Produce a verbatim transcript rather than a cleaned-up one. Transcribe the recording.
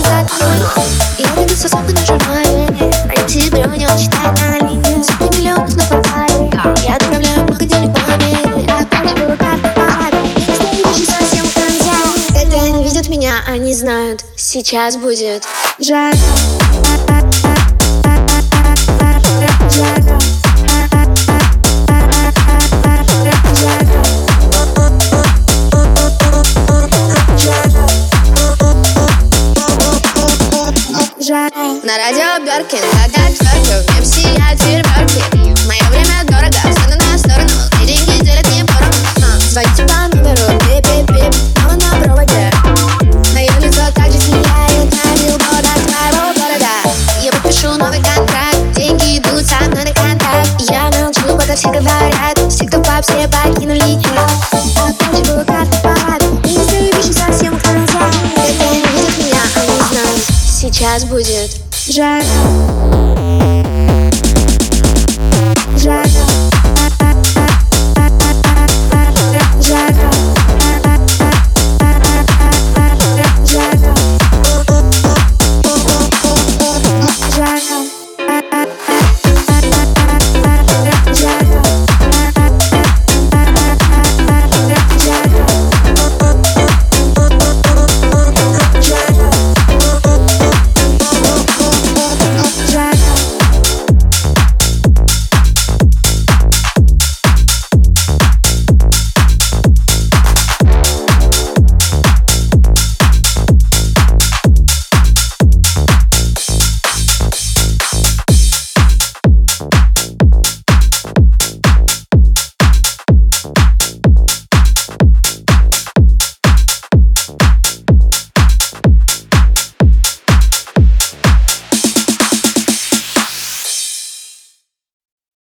Я родился сам на журнале, пройти броню, читать на линии. Сотни миллионов на портале. Я отправляю много денег маме, а также было карта папе. Если я вижу совсем в конце, когда они видят меня, они знают, сейчас будет жарко. На радио Бёркин, когда четверки, в эм си я фейерверки. Мое время дорого, встану на сторону, и деньги делят не поровну. а, Звоните по номеру, бип-бип-бип, мама на проводе. Мое лицо также сияет на билбордах твоего города. Я подпишу новый контракт, деньги идут со мной на контакт. Я молчу, пока все говорят, все, кто пап, все покинули чат. А также была карта пад, и если вижу совсем в конце, когда они видят меня, они знают, сейчас будет жарко.